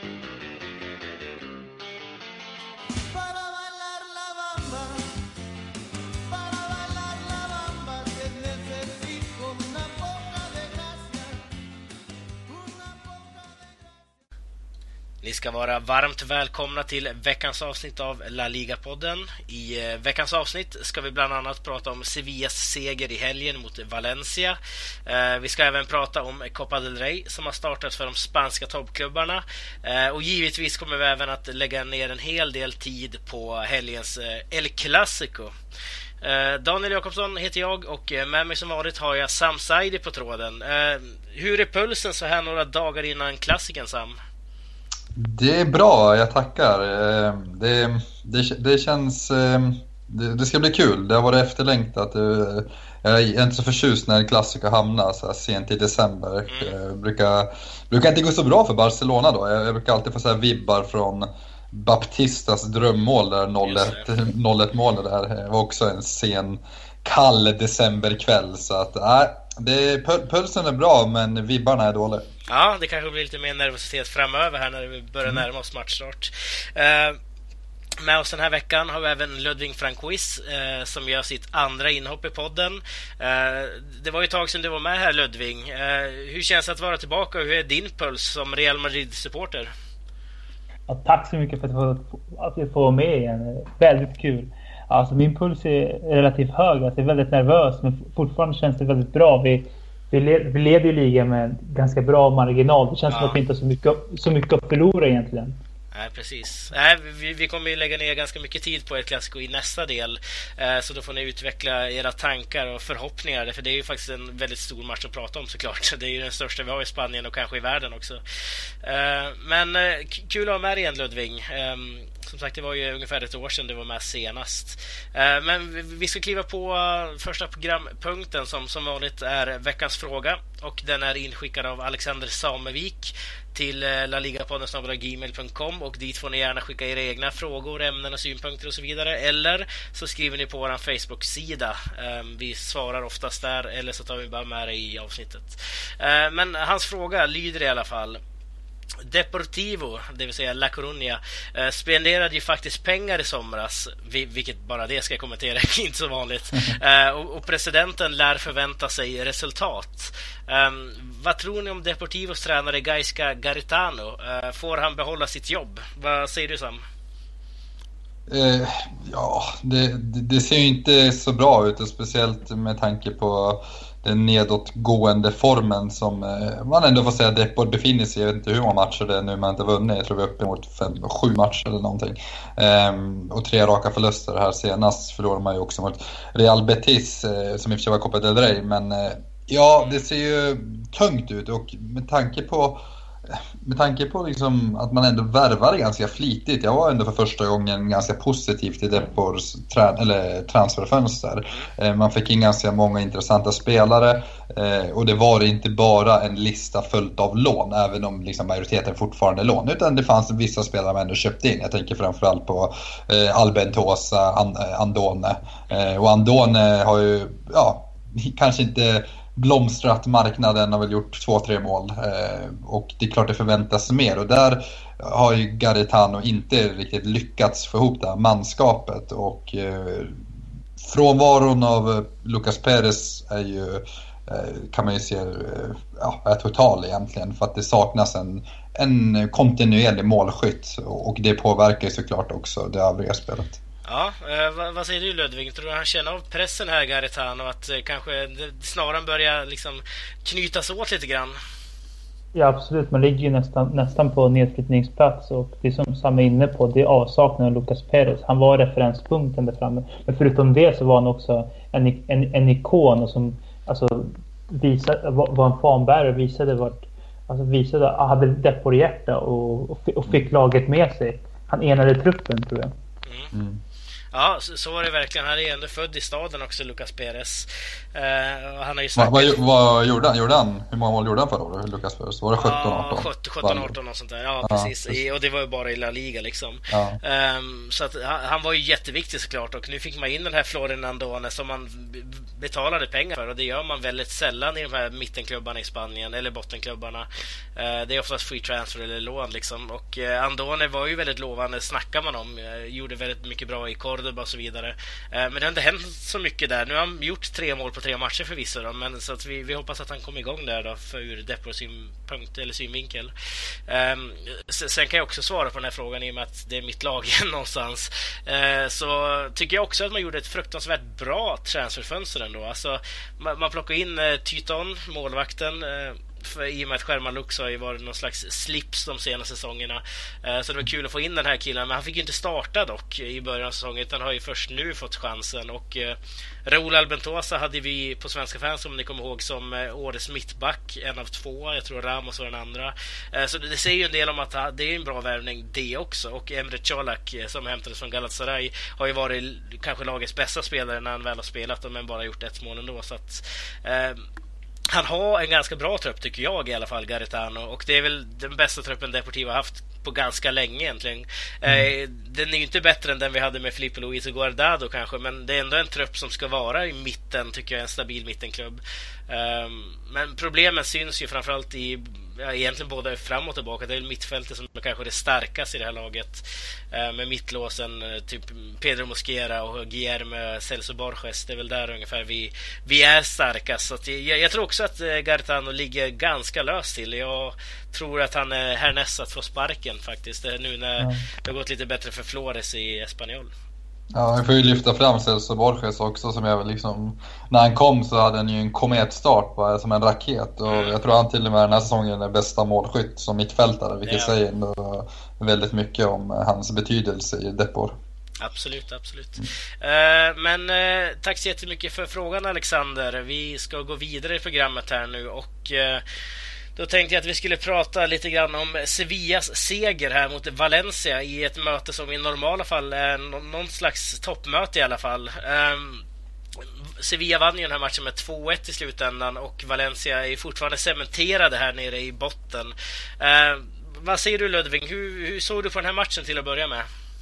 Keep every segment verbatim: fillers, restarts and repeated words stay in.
Ni ska vara varmt välkomna till veckans avsnitt av La Liga-podden. I eh, veckans avsnitt ska vi bland annat prata om Sevillas seger i helgen mot Valencia. Eh, vi ska även prata om Copa del Rey som har startat för de spanska toppklubbarna. Eh, och givetvis kommer vi även att lägga ner en hel del tid på helgens eh, El Clasico. Eh, Daniel Jakobsson heter jag och med mig som vanligt har jag Sam Saidi på tråden. Eh, hur är pulsen så här några dagar innan klassiken, Sam? Det är bra, jag tackar. Det, det, det känns... Det, det ska bli kul. Det har varit efterlängtat. Jag är inte så förtjust när klassiker hamnar så här sent i december. Mm. Jag brukar, brukar inte gå så bra för Barcelona då. Jag, jag brukar alltid få så här vibbar från Baptistas drömmål där noll ett målet där. Det var också en sen kall decemberkväll så att nej, det, pulsen är bra men vibbarna är dåliga. Ja, det kanske blir lite mer nervositet framöver här när vi börjar mm. närma oss matchstart. Uh, med oss den här veckan har vi även Ludvig Franquist uh, som gör sitt andra inhopp i podden. Uh, det var ju ett tag sedan du var med här, Ludvig. Uh, hur känns det att vara tillbaka och hur är din puls som Real Madrid-supporter? Ja, tack så mycket för att jag får, att jag får vara med igen. Väldigt kul. Alltså min puls är relativt hög. Alltså, jag är väldigt nervös men fortfarande känns det väldigt bra. Vi Vi, led, vi leder ju ligan med ganska bra marginal. Det känns ja. som att vi inte har så mycket, så mycket att förlora egentligen. Nej, precis. Nej, vi, vi kommer ju lägga ner ganska mycket tid på ett klassiko i nästa del. Eh, så då får ni utveckla era tankar och förhoppningar. För det är ju faktiskt en väldigt stor match att prata om såklart. Det är ju den största vi har i Spanien och kanske i världen också. Eh, men eh, kul att ha med igen, Ludvig. Eh, Som sagt, det var ju ungefär ett år sedan du var med senast. Men vi ska kliva på första programpunkten som som vanligt är veckans fråga. Och den är inskickad av Alexander Samevik till laligapodden snabel-a gmail punkt com. Och dit får ni gärna skicka era egna frågor, ämnen och synpunkter och så vidare. Eller så skriver ni på vår Facebook-sida. Vi svarar oftast där, eller så tar vi bara med det i avsnittet. Men hans fråga lyder i alla fall: Deportivo, det vill säga La Coruña, eh, spenderade ju faktiskt pengar i somras, vilket bara det ska jag kommentera, inte så vanligt. Eh, och, och presidenten lär förvänta sig resultat. Eh, vad tror ni om Deportivos tränare Gaisca Garitano? Eh, får han behålla sitt jobb? Vad säger du, Sam? Eh, ja, det, det, det ser ju inte så bra ut, speciellt med tanke på den nedåtgående formen som eh, man ändå får säga Depor befinner sig. Jag vet inte hur många matcher det är nu man inte vunnit. Jag tror vi är uppe mot fem, sju matcher eller någonting. Ehm, och tre raka förluster här senast förlorar man ju också mot Real Betis eh, som i och för sig var Copa del Rey. Men eh, ja, det ser ju tungt ut och med tanke på Med tanke på liksom att man ändå värvar ganska flitigt. Jag var ändå för första gången ganska positiv till Depors trä- eller transferfönster. Eh, man fick in ganska många intressanta spelare. Eh, och det var inte bara en lista fullt av lån. Även om liksom majoriteten fortfarande är lån. Utan det fanns vissa spelare man ändå köpte in. Jag tänker framförallt på eh, Albentosa, And- Andone. Eh, och Andone har ju ja, kanske inte blomstrat marknaden, har väl gjort två, tre mål eh, och det är klart det förväntas mer och där har ju Garitano inte riktigt lyckats få ihop det här manskapet och eh, frånvaron av Lucas Perez är ju eh, kan man ju se eh, ja, är total egentligen för att det saknas en, en kontinuerlig målskytt och det påverkar såklart också det övriga spelet. Ja, eh, vad, vad säger du, Ludvig? Tror du han känner av pressen här, Garitano, att eh, kanske snarare börjar liksom knytas åt lite grann? Ja, absolut. Man ligger ju nästan, nästan på nedflyttningsplats och det som Sam är inne på, det är avsaknaden av Lucas Perez. Han var referenspunkten där framme. Men förutom det så var han också en, en, en ikon och som alltså, visade, var, var en fanbärare och visade vart, alltså visade att han hade Depor hjärta och, och, och fick laget med sig. Han enade truppen, tror jag. Mm. Ja, så, så var det verkligen. Han är ju ändå född i staden också, Lucas Perez. Uh, han har ju sagt... vad, vad, vad gjorde han? Gjorde han? Hur många mål gjorde han för då, Lucas Perez? Var det sjutton arton? Ja, sjutton arton och sånt där. Ja, ja precis. precis. Och det var ju bara i La Liga liksom. Ja. Um, så att han, han var ju jätteviktig såklart. Och nu fick man in den här Florian Andone som man betalade pengar för. Och det gör man väldigt sällan i de här mittenklubbarna i Spanien, eller bottenklubbarna. Uh, det är oftast free transfer eller lån liksom. Och uh, Andone var ju väldigt lovande, snackar man om. Uh, gjorde väldigt mycket bra i Cordoba och så vidare. Uh, men det har inte hänt så mycket där. Nu har han gjort tre mål på tre matcher förvisso då, men så att vi, vi hoppas att han kommer igång där då, för ur Depors synpunkt eller synvinkel. Um, sen kan jag också svara på den här frågan i och med att det är mitt lag någonstans. Uh, så tycker jag också att man gjorde ett fruktansvärt bra transferfönster ändå. Alltså, man, man plockar in uh, Tyton, målvakten, uh, för, i och med att Sherman Lux har ju varit någon slags slips de senaste säsongerna. Uh, så det var kul att få in den här killen, men han fick ju inte starta dock i början av säsongen, utan har ju först nu fått chansen. Och uh, Raúl Albentosa hade vi på Svenska Fans, om ni kommer ihåg, som uh, årets mittback, en av två. Jag tror Ramos var den andra. Uh, så det, det säger ju en del om att uh, det är en bra värvning det också. Och Emre Çolak, uh, som hämtades från Galatasaray, har ju varit kanske lagets bästa spelare när han väl har spelat, men bara gjort ett mål ändå. Så att... Uh, han har en ganska bra trupp tycker jag i alla fall, Garitano, och det är väl den bästa truppen Deportivo har haft på ganska länge egentligen. Mm. Eh, den är ju inte bättre än den vi hade med Felipe Luis och Guardado kanske, men det är ändå en trupp som ska vara i mitten, tycker jag, en stabil mittenklubb. Eh, men problemen syns ju framförallt i, ja, egentligen både fram och tillbaka. Det är mittfältet som är kanske det starkaste i det här laget, eh, med mittlåsen typ Pedro Mosquera och Guillermo Celso Borges. Det är väl där ungefär vi, vi är starkast. Så att jag, jag tror också att Garitano ligger ganska löst till. Jag tror att han är härnäst att få sparken faktiskt, nu när mm. det har gått lite bättre för Flores i Espanyol. Ja, jag får ju lyfta fram Celso Borges också, som jag väl liksom, när han kom så hade han ju en kometstart bara, som en raket, och mm. jag tror han till och med den här säsongen är bästa målskytt som mittfältare, vilket ja. säger ändå väldigt mycket om hans betydelse i Depor. Absolut, absolut. Mm. Uh, men uh, tack så jättemycket för frågan, Alexander. Vi ska gå vidare i programmet här nu, och uh, då tänkte jag att vi skulle prata lite grann om Sevillas seger här mot Valencia i ett möte som i normala fall är någon slags toppmöte i alla fall. Um, Sevilla vann ju den här matchen med två ett i slutändan, och Valencia är fortfarande cementerade här nere i botten. Uh, vad säger du, Ludvig? Hur, hur såg du på den här matchen till att börja med?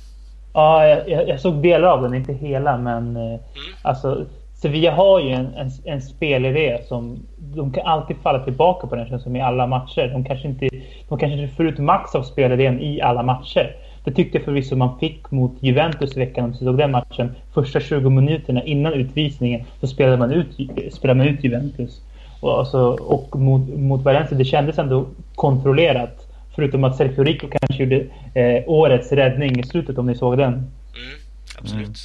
Ja, jag, jag såg delar av den, inte hela, men mm. alltså Sevilla har ju en, en, en spelidé som de kan alltid falla tillbaka på, den som i alla matcher. De kanske inte, de kanske inte får ut max av spelidén i alla matcher. Det tyckte jag förvisso man fick mot Juventus i veckan, om du såg den matchen. Första tjugo minuterna innan utvisningen så spelade man ut, spelade man ut Juventus. Och, alltså, och mot, mot Valencia, det kändes ändå kontrollerat. Förutom att Sergio Rico kanske gjorde eh, årets räddning i slutet, om ni såg den. Mm, absolut.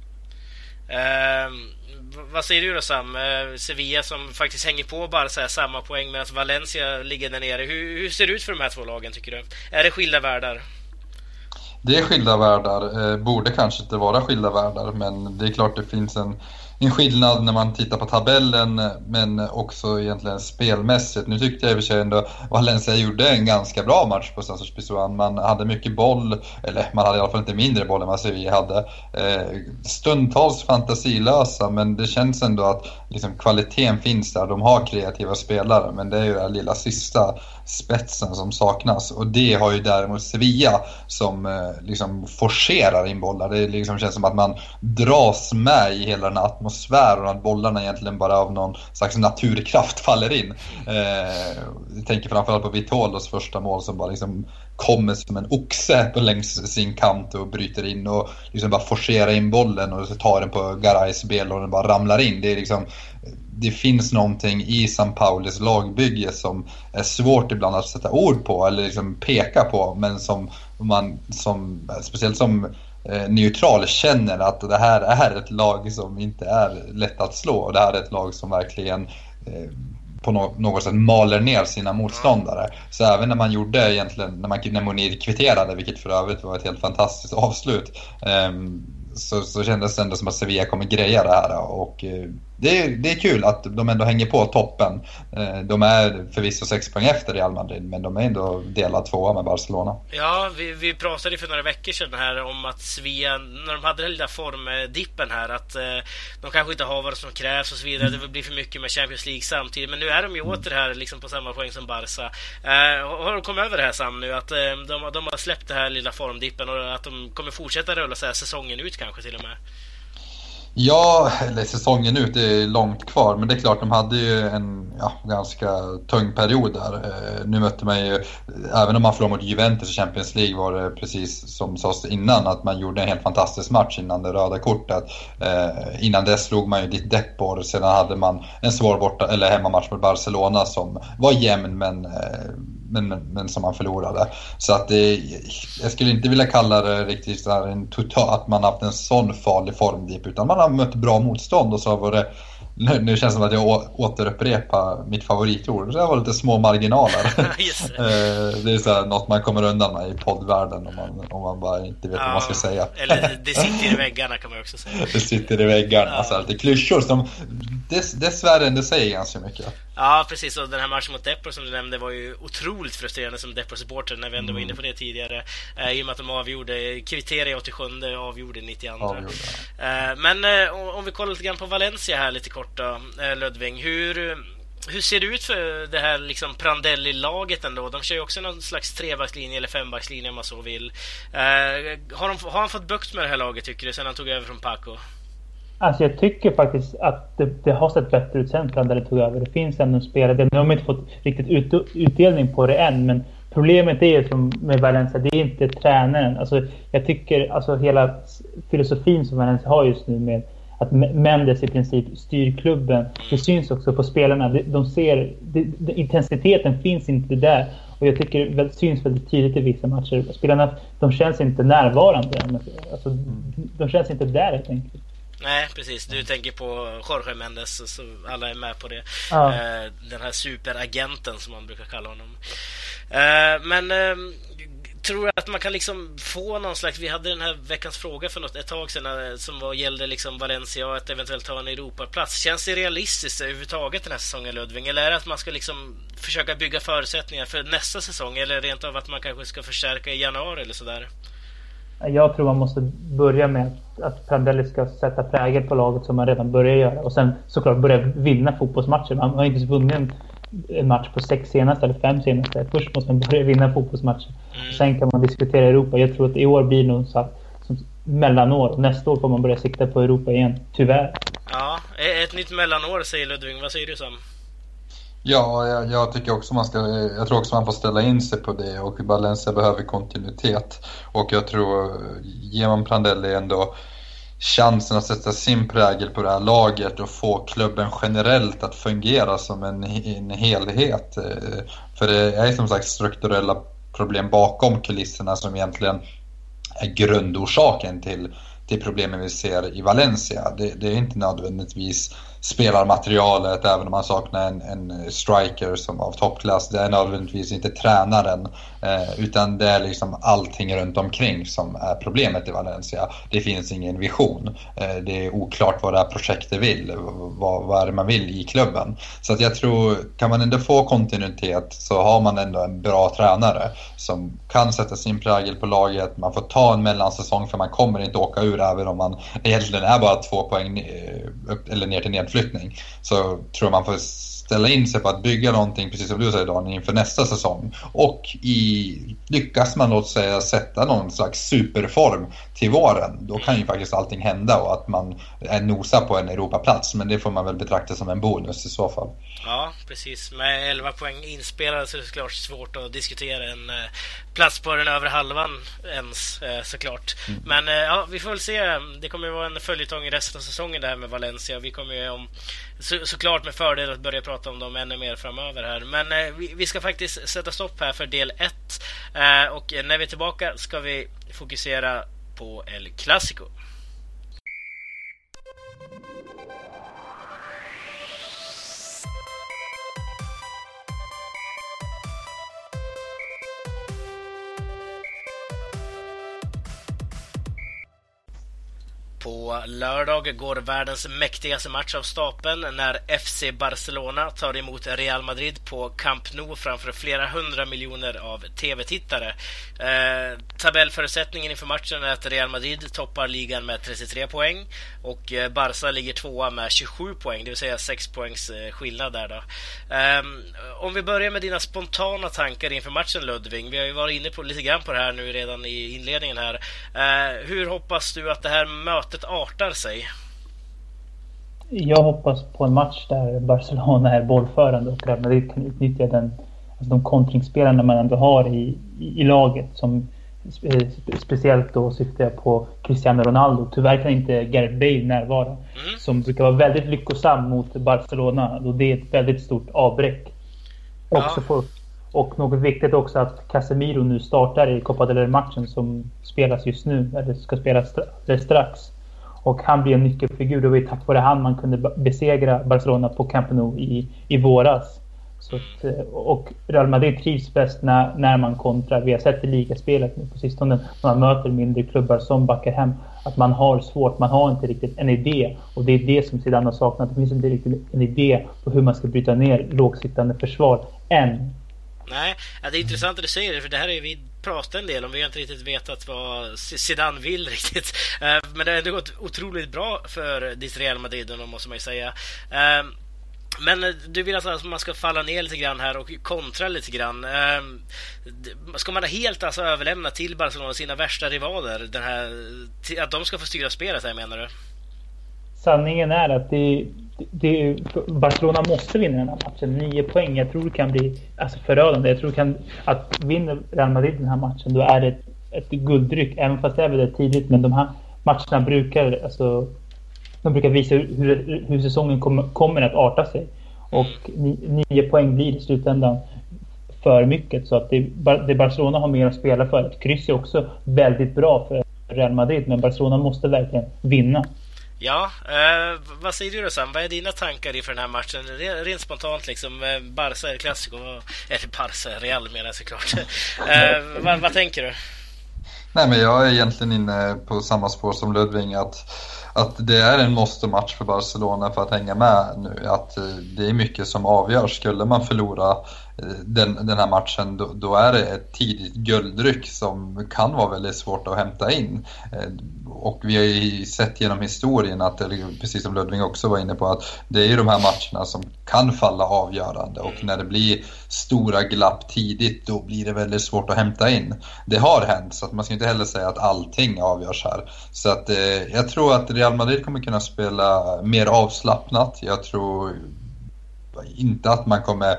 Mm. Uh, vad säger du då, Sam? Uh, Sevilla som faktiskt hänger på bara så här samma poäng, medan Valencia ligger där nere. Hur, hur ser det ut för de här två lagen, tycker du? Är det skilda världar? Det är skilda världar. Eh, borde kanske inte vara skilda världar, men det är klart det finns en en skillnad när man tittar på tabellen, men också egentligen spelmässigt. Nu tyckte jag i och för sig ändå Valencia gjorde en ganska bra match på Santos Pizjuan. Man hade mycket boll, eller man hade i alla fall inte mindre boll än vad Sevilla hade. Eh, stundtals fantasilösa, men det känns ändå att liksom, kvaliteten finns där. De har kreativa spelare, men det är ju den lilla sista spetsen som saknas. Och det har ju däremot Sevilla som eh, liksom forcerar in bollar. Det liksom känns som att man dras med i hela den här atmosfären, och att bollarna egentligen bara av någon slags naturkraft faller in. Eh, jag tänker framförallt på Vitolos första mål som bara liksom kommer som en oxe på längs sin kant och bryter in och liksom bara forcerar in bollen, och så tar den på Garays bel och den bara ramlar in. Det är liksom, det finns någonting i San Paulis lagbygge som är svårt ibland att sätta ord på eller liksom peka på, men som man som speciellt som eh, neutral känner att det här är ett lag som inte är lätt att slå, och det här är ett lag som verkligen eh, på no- något sätt maler ner sina motståndare. Så även när man gjorde egentligen, när man när Monir kvitterade, vilket för övrigt var ett helt fantastiskt avslut, eh, så, så kändes det ändå som att Sevilla kommer greja det här, och eh, det är, det är kul att de ändå hänger på toppen. De är förvisso sex poäng efter Real Madrid, men de är ändå delad tvåa med Barcelona. Ja, vi, vi pratade för några veckor sedan här om att Sevilla, när de hade den lilla formdippen här, att eh, de kanske inte har vad som krävs och så vidare. Det blir för mycket med Champions League samtidigt, men nu är de ju åter här liksom på samma poäng som Barca. Eh, har de kommit över det här Sam nu, att eh, de, de har släppt det här lilla formdippen och att de kommer fortsätta rulla så här säsongen ut kanske till och med? Ja, eller säsongen ut, det är långt kvar. Men det är klart, de hade ju en ja, ganska tung period där. Eh, nu mötte man ju, även om man förlorade mot Juventus i Champions League, var det precis som sades innan, att man gjorde en helt fantastisk match innan det röda kortet. Eh, innan dess slog man ju ditt Depor. Sedan hade man en svår borta, eller hemmamatch mot Barcelona som var jämn, men... Eh, Men, men, men som man förlorade. Så att det, jag skulle inte vilja kalla det riktigt så här en total, att man har haft en sån farlig formdip, utan man har mött bra motstånd och så var det, nu, nu känns det som att jag återupprepar mitt favoritord. Det var lite små marginaler. det är så här, något man kommer undan med i poddvärlden om man, om man bara inte vet ja, vad man ska säga. Eller det sitter i väggarna kan man också säga. Det sitter i väggarna, ja. Alltså lite klyschor som dess, dessvärre ändå säger ganska mycket. Ja, precis. Och den här matchen mot Depor som du nämnde var ju otroligt frustrerande som Depor-supporter, när vi ändå mm. var inne på det tidigare. Eh, I och med att de avgjorde Kvitteria åttiosju, avgjorde nittiotvå. Avgjorde, ja. eh, men eh, om vi kollar lite grann på Valencia här lite kort då, eh, Ludvig. Hur, hur ser det ut för det här liksom Prandelli-laget ändå? De kör ju också någon slags trebackslinje eller fembackslinje om man så vill. Eh, har, de, har han fått bukt med det här laget, tycker du, sen han tog över från Paco? Alltså jag tycker faktiskt att det, det har sett bättre ut sen när det tog över. Det finns ändå spelare. Nu har man inte fått riktigt ut, utdelning på det än, men problemet är ju som med Valencia, det är inte tränaren. Alltså jag tycker alltså hela filosofin som Valencia har just nu med att Mendes i princip styr klubben, det syns också på spelarna. De, de ser, det, det, intensiteten finns inte där. Och jag tycker det syns väldigt tydligt i vissa matcher. Spelarna, de känns inte närvarande. Alltså, de känns inte där helt enkelt. Nej, precis. Du tänker på Jorge Mendes, så alla är med på det. Ja. Eh, den här superagenten som man brukar kalla honom. Eh, men eh, tror jag att man kan liksom få någon slags... Vi hade den här veckans fråga för något, ett tag sedan eh, som var, gällde liksom Valencia och att eventuellt ta en Europaplats. Känns det realistiskt överhuvudtaget den här säsongen, Ludvig? Eller är det att man ska liksom försöka bygga förutsättningar för nästa säsong? Eller rent av att man kanske ska förstärka i januari eller sådär? Jag tror man måste börja med att Prandelli ska sätta prägel på laget som man redan börjar göra. Och sen såklart börja vinna fotbollsmatcher. Man har inte vunnit en, en match på sex senaste eller fem senaste. Först måste man börja vinna fotbollsmatcher. Mm. Sen kan man diskutera Europa. Jag tror att i år blir nog så att, som mellanår. Och nästa år får man börja sikta på Europa igen. Tyvärr. Ja, ett nytt mellanår säger Ludvig. Vad säger du, Sam? Ja, jag, jag tycker också man ska, jag tror också man får ställa in sig på det, och Valencia behöver kontinuitet, och jag tror ger man Prandelli ändå chansen att sätta sin prägel på det här laget och få klubben generellt att fungera som en, en helhet, för det är som sagt strukturella problem bakom kulisserna som egentligen är grundorsaken till, till problemen vi ser i Valencia. Det, det är inte nödvändigtvis spelarmaterialet, även om man saknar en, en striker som av toppklass. Det är nödvändigtvis inte tränaren, eh, utan det är liksom allting runt omkring som är problemet i Valencia. Det finns ingen vision. Eh, det är oklart vad det här projektet vill, vad, vad är det man vill i klubben. Så att jag tror, kan man ändå få kontinuitet så har man ändå en bra tränare som kan sätta sin prägel på laget. Man får ta en mellansäsong, för man kommer inte åka ur även om man egentligen är bara två poäng upp eller ner till nedflyttning. Så tror jag man får ställa in sig på att bygga någonting, precis som du säger Daniel, inför nästa säsong. Och i, lyckas man låt säga sätta någon slags superform till våren, då kan ju faktiskt allting hända, och att man är nosa på en Europaplats. Men det får man väl betrakta som en bonus i så fall. Ja, precis. Med elva poäng inspelade så är det såklart svårt att diskutera en eh, plats på den övre halvan ens, eh, såklart. Mm. Men eh, ja, vi får väl se. Det kommer ju vara en följetong i resten av säsongen det här med Valencia. Vi kommer ju om, så, såklart med fördel att börja prata om dem ännu mer framöver här. Men eh, vi, vi ska faktiskt sätta stopp här för del ett. Eh, och när vi är tillbaka ska vi fokusera på El Clásico. På lördag går världens mäktigaste match av stapeln när F C Barcelona tar emot Real Madrid på Camp Nou framför flera hundra miljoner av tv-tittare. Eh, tabellförutsättningen inför matchen är att Real Madrid toppar ligan med trettiotre poäng och Barca ligger tvåa med tjugosju poäng, det vill säga sex poängs skillnad där då. Eh, om vi börjar med dina spontana tankar inför matchen, Ludvig. Vi har ju varit inne på lite grann på det här nu redan i inledningen här. Eh, hur hoppas du att det här mötet artar sig? Jag hoppas på en match där Barcelona är bollförande och Real Madrid kan utnyttja den, alltså de kontringsspelarna man ändå har i, i, i laget, som spe, speciellt då syftar jag på Cristiano Ronaldo. Tyvärr kan inte Gareth Bale närvara, mm. som brukar vara väldigt lyckosam mot Barcelona, och det är ett väldigt stort avbräck. Ja. Också för, och något viktigt också att Casemiro nu startar i Copa del Rey-matchen som spelas just nu, eller ska spelas strax. Och han blir en nyckelfigur. Det var ju tack vare han man kunde besegra Barcelona på Camp Nou i, i våras. Så att, och Real Madrid trivs bäst när, när man kontrar. Vi har sett i ligaspelet nu på sistone när man möter mindre klubbar som backar hem, att man har svårt, man har inte riktigt en idé. Och det är det som sedan har saknat. Det finns inte riktigt en idé på hur man ska bryta ner lågsittande försvar än. Nej, ja, det är intressant att du säger det, för det här är ju vi pratat en del om. Vi har inte riktigt vetat vad Zidane vill riktigt. Uh, men det har ändå gått otroligt bra för ditt Real Madrid, måste man ju säga. Uh, men du vill alltså att man ska falla ner lite grann här och kontra lite grann. Uh, ska man helt alltså överlämna till Barcelona sina värsta rivaler, den här, att de ska få styra spelet här, menar du? Sanningen är att det, det, Barcelona måste vinna den här matchen. Nio poäng, jag tror det kan bli alltså förödande. Jag tror det kan, att vinna Real Madrid den här matchen, då är det ett, ett gulddryck. Även fast det är väldigt tidigt, men de här matcherna brukar alltså, de brukar visa hur, hur säsongen kommer, kommer att arta sig. Och ni, nio poäng blir i slutändan för mycket. Så att det, det Barcelona har mer att spela för. Ett kryss är också väldigt bra för Real Madrid, men Barcelona måste verkligen vinna. Ja, eh, vad säger du då, Sam? Vad är dina tankar inför den här matchen? Rent spontant liksom, eh, Barca är klassiko, eller Barca, Real menar jag såklart. eh, vad, vad tänker du? Nej, men jag är egentligen inne på samma spår som Ludvig, att, att det är en måste-match för Barcelona för att hänga med nu. Att det är mycket som avgör. Skulle man förlora den, den här matchen, då, då är det ett tidigt gulddryck som kan vara väldigt svårt att hämta in. Och vi har ju sett genom historien att, precis som Ludvig också var inne på, att det är ju de här matcherna som kan falla avgörande, och när det blir stora glapp tidigt, då blir det väldigt svårt att hämta in. Det har hänt, så att man ska inte heller säga att allting avgörs här. Så att eh, jag tror att Real Madrid kommer kunna spela mer avslappnat. Jag tror inte att man kommer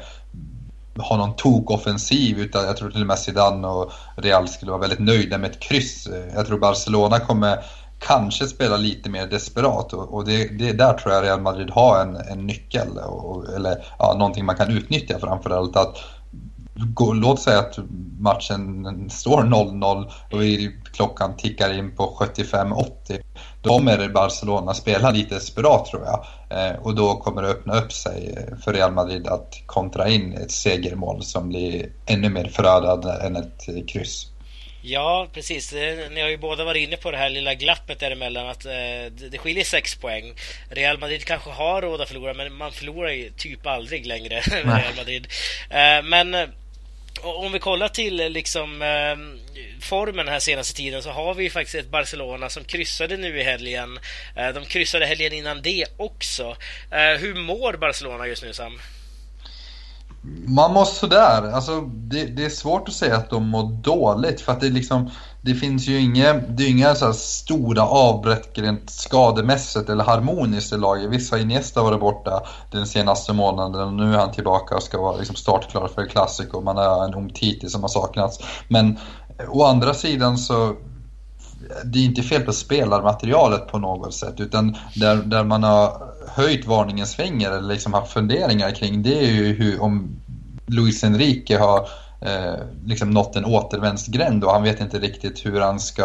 ha någon tok-offensiv, utan jag tror till och med Zidane och Real skulle vara väldigt nöjda med ett kryss. Jag tror Barcelona kommer kanske spela lite mer desperat, och, och det, det där tror jag Real Madrid har en, en nyckel, och, eller ja, någonting man kan utnyttja framförallt. Att gå, låt säga att matchen står noll noll och klockan tickar in på sjuttiofem åttio. Då kommer Barcelona spela lite desperat, tror jag. Eh, och då kommer det öppna upp sig för Real Madrid att kontra in ett segermål som blir ännu mer förödande än ett kryss. Ja, precis. Ni har ju båda varit inne på det här lilla glappet däremellan, att eh, det skiljer sex poäng. Real Madrid kanske har råd att förlora, men man förlorar ju typ aldrig längre med Real Madrid. Eh, men om vi kollar till liksom eh, formen den här senaste tiden, så har vi ju faktiskt ett Barcelona som kryssade nu i helgen. Eh, de kryssade helgen innan det också. Eh, hur mår Barcelona just nu, Sam? Man måste sådär, alltså det, det är svårt att säga att de mår dåligt, för att det liksom, det finns ju inga, det är inga så här stora avbräck rent skademässigt eller harmoniskt i laget. Vissa Iniesta var borta den senaste månaden, och nu är han tillbaka och ska vara liksom startklar för Clasico. Man har en Umtiti som har saknats, men å andra sidan så det är inte fel på spelarmaterialet på något sätt, utan där, där man har höjt varningens finger eller liksom haft funderingar kring, det är ju hur, om Luis Enrique har eh, liksom nått en återvändsgränd, och han vet inte riktigt hur han ska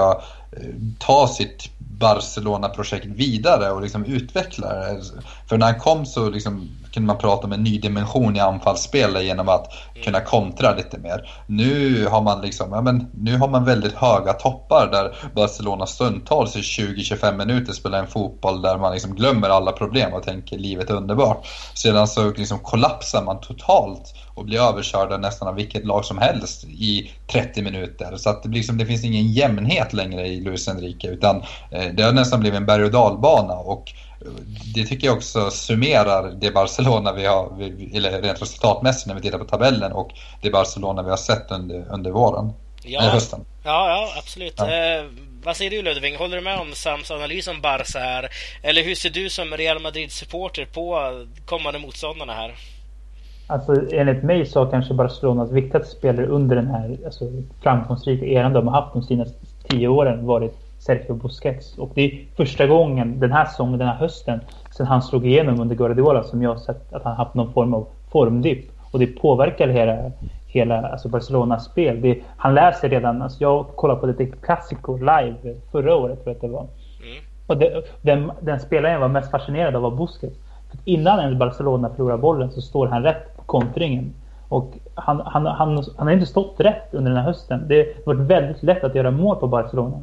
ta sitt Barcelona-projekt vidare och liksom utveckla det. För när han kom så liksom kunde man prata om en ny dimension i anfallsspelet genom att kunna kontra lite mer. Nu har man liksom, ja men nu har man väldigt höga toppar där Barcelona stundtals i tjugo till tjugofem minuter spelar en fotboll där man liksom glömmer alla problem och tänker livet är underbart. Sedan så liksom kollapsar man totalt och blir överkörda nästan av vilket lag som helst i trettio minuter. Så att det, liksom, det finns ingen jämnhet längre i Luis Enrique, utan eh, det har nästan blivit en berg- och dalbana, och det tycker jag också summerar det Barcelona vi har, eller rent resultatmässigt när vi tittar på tabellen, och det Barcelona vi har sett under, under våren. Ja, eller hösten. Ja, ja, absolut. Ja. Eh, vad säger du, Ludvig? Håller du med om Sams analys om Barca här? Eller hur ser du som Real Madrid-supporter på kommande motståndarna här? Alltså enligt mig så har kanske Barcelonas viktigaste spelare under den här alltså, framgångsrika eran de har haft de senaste tio åren varit Sergio Busquets. Och det är första gången den här säsongen, den här hösten, sen han slog igenom under Guardiola, som jag har sett att han haft någon form av formdipp. Och det påverkar hela, hela alltså Barcelonas spel. Det, han läser redan, alltså jag kollade på det Clasico live förra året, tror jag att det var. Mm. Och det, den, den spelaren jag var mest fascinerad av var Busquets. För innan en Barcelona förlorar bollen så står han rätt på kontringen. Och han, han, han, han har inte stått rätt under den här hösten. Det har varit väldigt lätt att göra mål på Barcelona.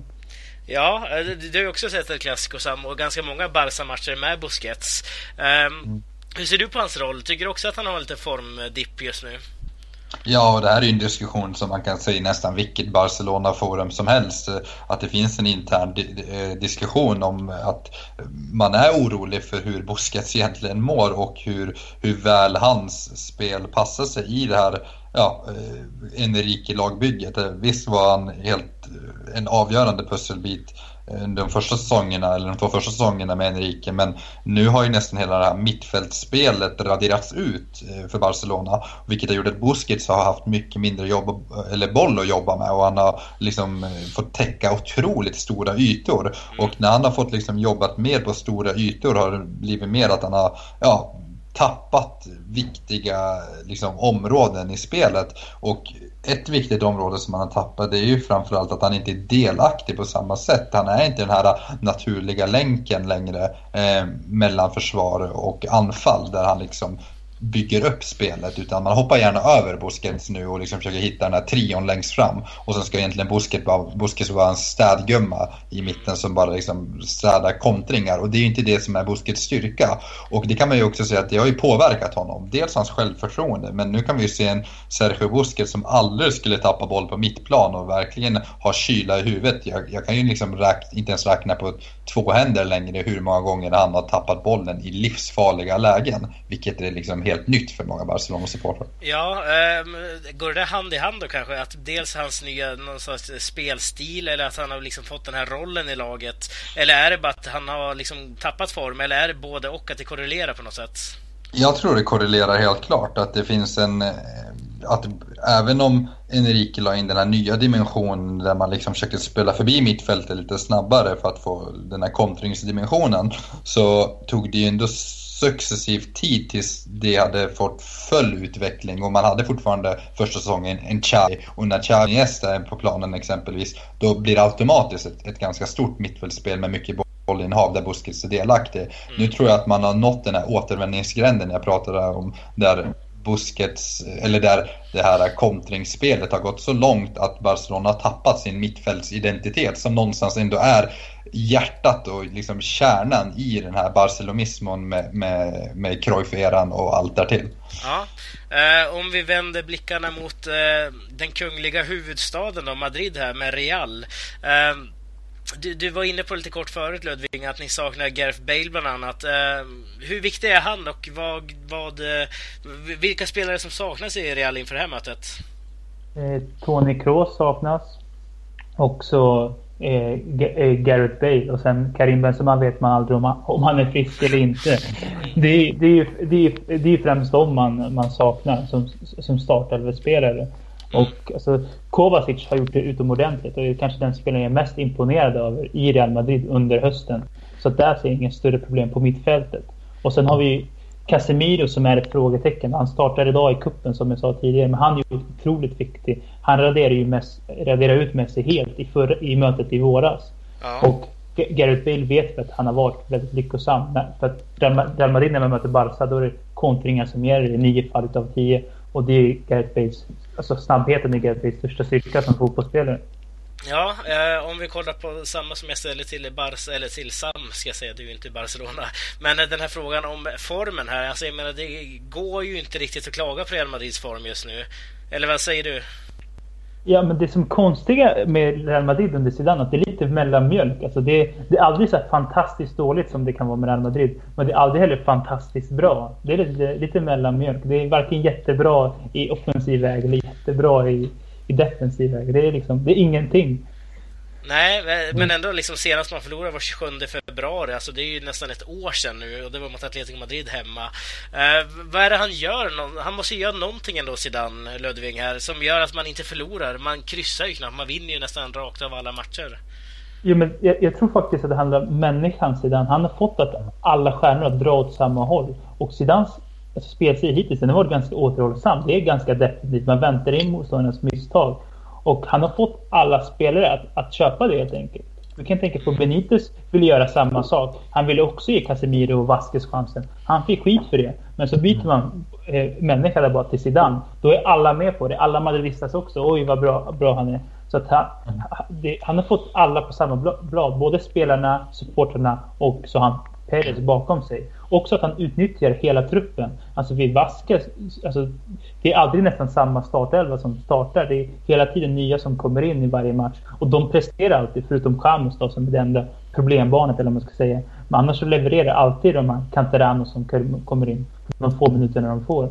Ja, du har ju också sett ett Clasico, Sam, och ganska många Barca-matcher med Busquets. Um, mm. Hur ser du på hans roll? Tycker du också att han har lite formdipp just nu? Ja, och det här är ju en diskussion som man kan säga i nästan vilket Barcelona-forum som helst. Att det finns en intern di- diskussion om att man är orolig för hur Busquets egentligen mår och hur, hur väl hans spel passar sig i det här ja, Enrique-lagbygget. Visst var han helt en avgörande pusselbit de första säsongerna, eller de två första säsongerna med Enrique, men nu har ju nästan hela det här mittfältspelet raderats ut för Barcelona, vilket har gjort att Busquets har haft mycket mindre jobb, eller boll att jobba med, och han har liksom fått täcka otroligt stora ytor, och när han har fått liksom jobbat mer på stora ytor har det blivit mer att han har ja, tappat viktiga liksom, områden i spelet. Och ett viktigt område som han har tappat, det är ju framförallt att han inte är delaktig på samma sätt. Han är inte den här naturliga länken längre eh, mellan försvar och anfall, där han liksom bygger upp spelet, utan man hoppar gärna över Busquets nu och liksom försöker hitta den här trion längst fram, och sen ska egentligen Busquets vara, Busquets vara en städgumma i mitten som bara liksom städar kontringar, och det är ju inte det som är Busquets styrka. Och det kan man ju också säga att det har ju påverkat honom, dels hans självförtroende, men nu kan vi ju se en Sergio Busquets som aldrig skulle tappa boll på mittplan och verkligen ha kyla i huvudet. Jag, jag kan ju liksom räkna, inte ens räkna på två händer längre hur många gånger han har tappat bollen i livsfarliga lägen, vilket är liksom helt nytt för många Barcelona-supportrar. Ja, ähm, går det hand i hand då kanske? Att dels hans nya någon sorts spelstil, eller att han har liksom fått den här rollen i laget? Eller är det bara att han har liksom tappat form? Eller är det både och, att det korrelerar på något sätt? Jag tror det korrelerar helt klart. Att det finns en... Att även om Enrique la in den här nya dimensionen där man liksom försökte spela förbi mittfältet lite snabbare för att få den här kontringsdimensionen, så tog det ju ändå successivt tid tills det hade fått full utveckling, och man hade fortfarande första säsongen en Xavi, och när Xavi är på planen exempelvis, då blir det automatiskt ett, ett ganska stort mittfältsspel med mycket bollinnehav där Busquets är delaktig. Mm. Nu tror jag att man har nått den här återvändningsgränden jag pratade om, där Busquets, eller där det här kontringsspelet har gått så långt att Barcelona har tappat sin mittfältsidentitet, som någonstans ändå är hjärtat och liksom kärnan i den här barcelonismen med, med, med Cruyff-eran och allt därtill. Ja, eh, om vi vänder blickarna mot eh, den kungliga huvudstaden då, Madrid här med Real. Eh, du, du var inne på lite kort förut, Ludvig, att ni saknar Gareth Bale bland annat. Eh, hur viktig är han, och vad, vad, eh, vilka spelare som saknas i Real inför det här mötet? Eh, Toni Kroos saknas. Också Eh, Gareth Bale, och sen Karim Benzema vet man aldrig om han, om han är frisk eller inte. Det är, det är ju det är, det är främst dem man, man saknar som, som startelvespelare. Och alltså, Kovacic har gjort det utomordentligt och är kanske den spelaren jag är mest imponerad av i Real Madrid under hösten. Så att där ser jag inga större problem på mittfältet. Och sen har vi Casemiro som är ett frågetecken. Han startar idag i kuppen som jag sa tidigare, men han är ju otroligt viktig. Han raderar ju mest, raderar ut Messi helt i, för, i mötet i våras. Ja. Och Gareth Bale vet att han har varit väldigt lyckosam. För att Real Madrid när man möter Barca, då är det kontringar som gäller i nio fall av tio. Och det är Gareth Bales, alltså snabbheten är Gareth Bales största styrka som fotbollsspelare. Ja, eh, om vi kollar på samma som jag ställer till Barca, eller till Sam ska jag säga, det är ju inte Barcelona. Men den här frågan om formen här, alltså jag menar, det går ju inte riktigt att klaga på Real Madrids form just nu. Eller vad säger du? Ja, men det som är konstiga med Real Madrid under sidan, att det är lite mellanmjölk. Alltså det, det är aldrig så här fantastiskt dåligt som det kan vara med Real Madrid. Men det är aldrig heller fantastiskt bra. Det är lite, lite mellanmjölk. Det är varken jättebra i offensiv väg eller jättebra i, i defensiv väg. Det är liksom, det är ingenting. Nej, men ändå liksom senast man förlorade var tjugosjunde februari. Alltså det är ju nästan ett år sedan nu. Och det var mot Atletico Madrid hemma. eh, Vad är det han gör? Han måste ju göra någonting ändå, Zidane, Ludvig här, som gör att man inte förlorar. Man kryssar ju knappt, man vinner ju nästan rakt av alla matcher. Jo, men jag, jag tror faktiskt att det handlar om människan Zidane. Han har fått att alla stjärnor att dra åt samma håll. Och Zidans alltså, spelstil hittills, den har varit ganska återhållsam. Det är ganska definitivt, man väntar in motståndarnas misstag. Och han har fått alla spelare att, att köpa det helt enkelt. Vi kan tänka på Benitez ville göra samma sak. Han ville också ge Casemiro och Vasquez chansen. Han fick skit för det. Men så byter man eh, människor där bara till Zidane. Då är alla med på det. Alla madridistas också. Oj, vad bra, bra han är. Så att han, det, han har fått alla på samma blad. Både spelarna, supporterna och så han Perez bakom sig. Också att han utnyttjar hela truppen. Alltså vid Vasquez, alltså, det är aldrig nästan samma startelva som startar. Det är hela tiden nya som kommer in i varje match. Och de presterar alltid, förutom Camus då, som är det enda problembarnet eller vad man ska säga. Men annars så levererar alltid de här Canterano som kommer in de få minuterna de får.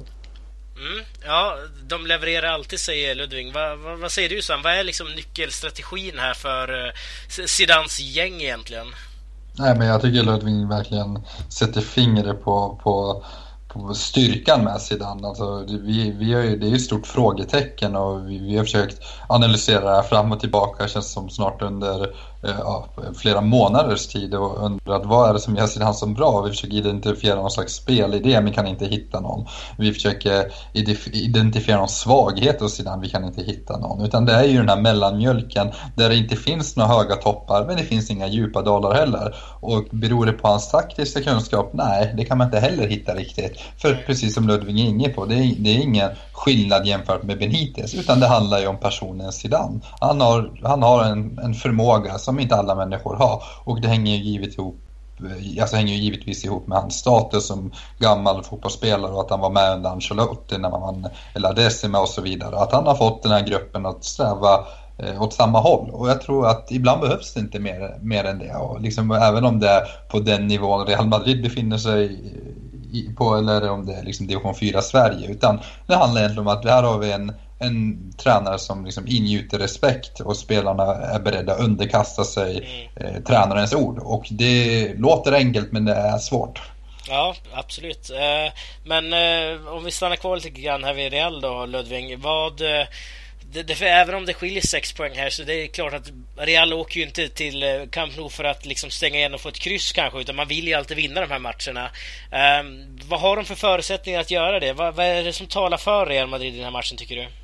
Mm, ja, de levererar alltid, säger Ludvig. Va, va, vad säger du, Sam? Vad är liksom nyckelstrategin här för uh, Zidans gäng egentligen? Nej, men jag tycker Ludvig verkligen sätter fingret på, på, på styrkan med Zidane. Alltså, vi, vi har ju, det är ju ett stort frågetecken och vi, vi har försökt analysera det här fram och tillbaka, känns som snart under ja, flera månaders tid, och undrat vad är det som gör Zidane så bra. Vi försöker identifiera någon slags spelidé, men kan inte hitta någon. Vi försöker identifiera någon svaghet hos Zidane, vi kan inte hitta någon. Utan det är ju den här mellanmjölken där det inte finns några höga toppar, men det finns inga djupa dalar heller. Och beror det på hans taktiska kunskap? Nej, det kan man inte heller hitta riktigt. För precis som Ludvig är inne på, det är, det är ingen skillnad jämfört med Benitez, utan det handlar ju om personen Zidane. Han har, han har en, en förmåga som inte alla människor har, och det hänger ju givetvis ihop, alltså hänger ju givetvis ihop med hans status som gammal fotbollsspelare och att han var med under Ancelotti när man vann La Decima och så vidare. Att han har fått den här gruppen att sträva eh, åt samma håll, och jag tror att ibland behövs det inte mer, mer än det. Och liksom, även om det är på den nivån Real Madrid befinner sig i, på, eller om det är liksom division fyra Sverige, utan det handlar egentligen om att här har vi en en tränare som liksom ingjuter respekt och spelarna är beredda att underkasta sig eh, tränarens ord. Och det låter enkelt, men det är svårt. Ja, absolut. Eh, men eh, om vi stannar kvar lite grann här vid Real då, Ludvig. Vad, eh, det, det, för även om det skiljer sex poäng här, så det är klart att Real åker ju inte till Camp Nou för att liksom stänga igen och få ett kryss kanske, utan man vill ju alltid vinna de här matcherna. Eh, vad har de för förutsättningar att göra det? Vad, vad är det som talar för Real Madrid i den här matchen, tycker du?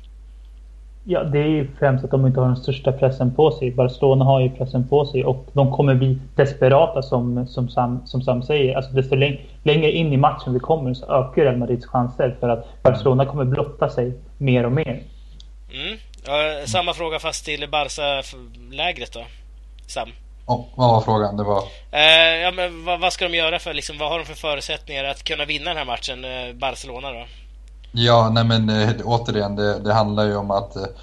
Ja, det är ju främst att de inte har den största pressen på sig. Barcelona har ju pressen på sig och de kommer bli desperata som, som, Sam, som Sam säger. Alltså desto läng- längre in i matchen vi kommer så ökar Real Madrids chanser för att Barcelona kommer blotta sig mer och mer. Mm. Ja, samma fråga fast till Barca-lägret då, Sam. Oh, vad var frågan? Det var... Eh, ja, men vad, vad ska de göra för, liksom, vad har de för förutsättningar att kunna vinna den här matchen, eh, Barcelona då? Ja, nej men äh, återigen, det, det handlar ju om att äh,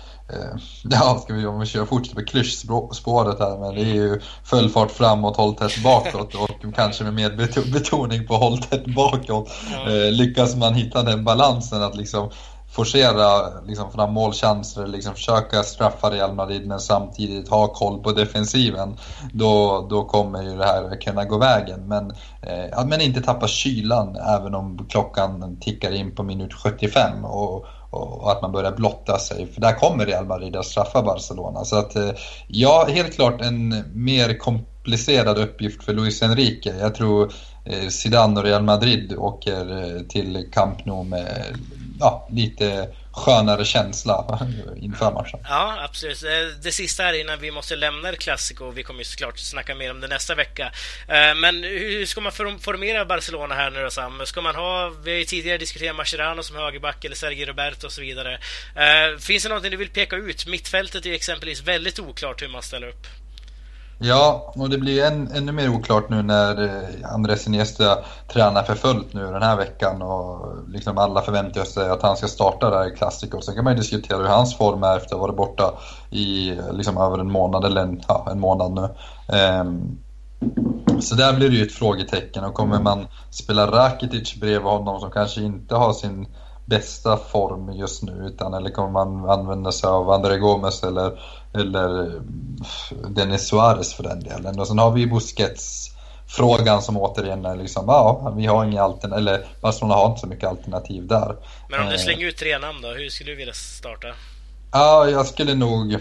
ja, ska vi, om vi kör fortsätta med klyschspåret här, men det är ju full fart framåt, håll tätt bakåt och kanske med mer betoning på håll tätt bakåt. Ja. Äh, lyckas man hitta den balansen att liksom forcera liksom fram målchanser, liksom försöka straffa Real Madrid men samtidigt ha koll på defensiven, då, då kommer ju det här kunna gå vägen. Men, eh, att man inte tappar kylan även om klockan tickar in på minut sjuttiofem och, och att man börjar blotta sig, för där kommer Real Madrid att straffa Barcelona. Så att eh, ja, helt klart en mer komplicerad uppgift för Luis Enrique. Jag tror eh, Zidane och Real Madrid åker eh, till Camp Nou med ja, lite skönare känsla inför matchen. Ja, absolut. Det sista här innan vi måste lämna Clasico, vi kommer ju såklart snacka mer om det nästa vecka. Men hur ska man formera Barcelona här nu då, Sam? Ska man ha, vi har ju tidigare diskuterat Mascherano som högerback eller Sergio Roberto och så vidare. Finns det någonting du vill peka ut? Mittfältet är ju exempelvis väldigt oklart hur man ställer upp. Ja, och det blir än, ännu mer oklart nu när Andrés Iniesta tränar för fullt nu den här veckan och liksom alla förväntar sig att han ska starta där i Clasico. Sen kan man ju diskutera hur hans form är efter att ha varit borta i liksom över en månad eller en, ja, en månad nu. Um, så där blir det ju ett frågetecken, och kommer man spela Rakitic bredvid honom som kanske inte har sin bästa form just nu, utan eller kommer man använda sig av André Gomes eller, eller Denis Suarez för den delen. Och sen har vi Busquets frågan som återigen är liksom, ja, vi har inga alternativ, eller Barcelona har inte så mycket alternativ där. Men om du slänger ut tre namn då, hur skulle du vilja starta? Ja, jag skulle nog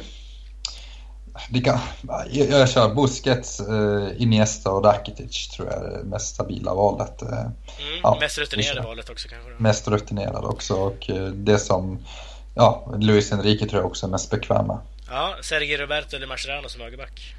det kan, jag, jag kör Busquets, eh, Iniesta och Rakitic tror jag är det mest stabila valet. Eh, mm, ja, mest rutinerade valet också kanske. Mest rutinerade också, och eh, det som ja, Luis Enrique tror jag också är mest bekväma. Ja, Sergio Roberto eller Mascherano som högerback.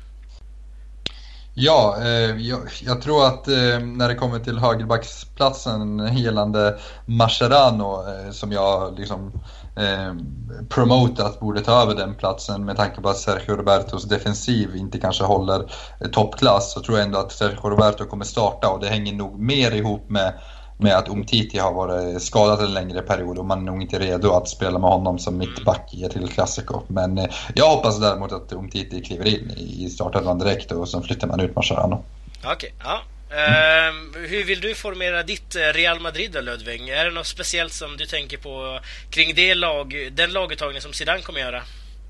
Ja, eh, jag, jag tror att eh, när det kommer till högerbacksplatsen helande Mascherano eh, som jag liksom eh, promotat borde ta över den platsen med tanke på att Sergio Robertos defensiv inte kanske håller eh, toppklass, så tror jag ändå att Sergio Roberto kommer starta, och det hänger nog mer ihop med med att Umtiti har varit skadad en längre period och man är nog inte redo att spela med honom som mittback i ett Clasico. Men eh, jag hoppas däremot att Umtiti kliver in i startelvan direkt och så flyttar man ut Mascherano. Okej, okay, ja. Uh, hur vill du formera ditt Real Madrid då, Ludvig? Är det något speciellt som du tänker på kring det lag, den laguttagning som Zidane kommer göra?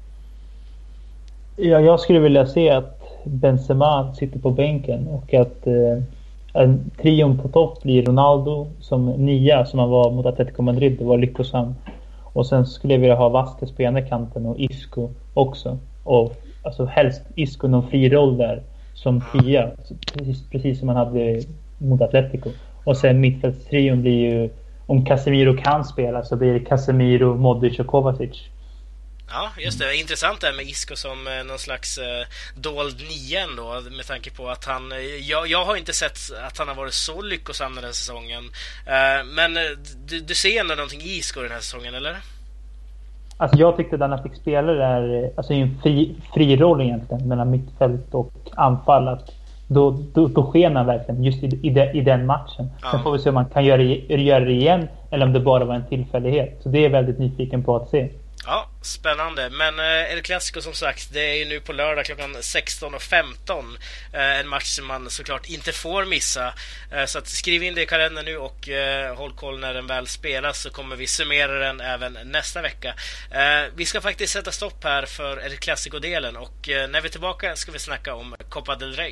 Ja, jag skulle vilja se att Benzema sitter på bänken och att eh... en trion på topp blir Ronaldo som nia som han var mot Atletico Madrid, det var lyckosam. Och sen skulle jag vilja ha Vasquez på ena kanten och Isco också. Och alltså helst Isco någon fri roll där som tia, precis, precis som man hade mot Atletico. Och sen mittfältstrion blir ju, om Casemiro kan spela så blir det Casemiro, Modric och Kovacic. Ja, just det. Intressant där med Isco som eh, någon slags eh, dold nian då, med tanke på att han... Eh, jag, jag har inte sett att han har varit så lyckosam den här säsongen. Eh, men eh, du, du ser ändå någonting i Isco den här säsongen, eller? Alltså jag tyckte att han fick spela där, alltså i en fri, fri roll egentligen mellan mittfält och anfall, att då, då, då sken han verkligen just i, i, de, i den matchen. Ja. Sen får vi se om man kan göra, göra det igen eller om det bara var en tillfällighet. Så det är jag väldigt nyfiken på att se. Ja, spännande. Men eh, El Clasico som sagt, det är ju nu på lördag klockan sexton och femton. Eh, en match som man såklart inte får missa. Eh, så att skriv in det i kalendern nu och eh, håll koll när den väl spelas, så kommer vi summera den även nästa vecka. Eh, vi ska faktiskt sätta stopp här för El Clasico-delen, och eh, när vi är tillbaka ska vi snacka om Copa del Rey.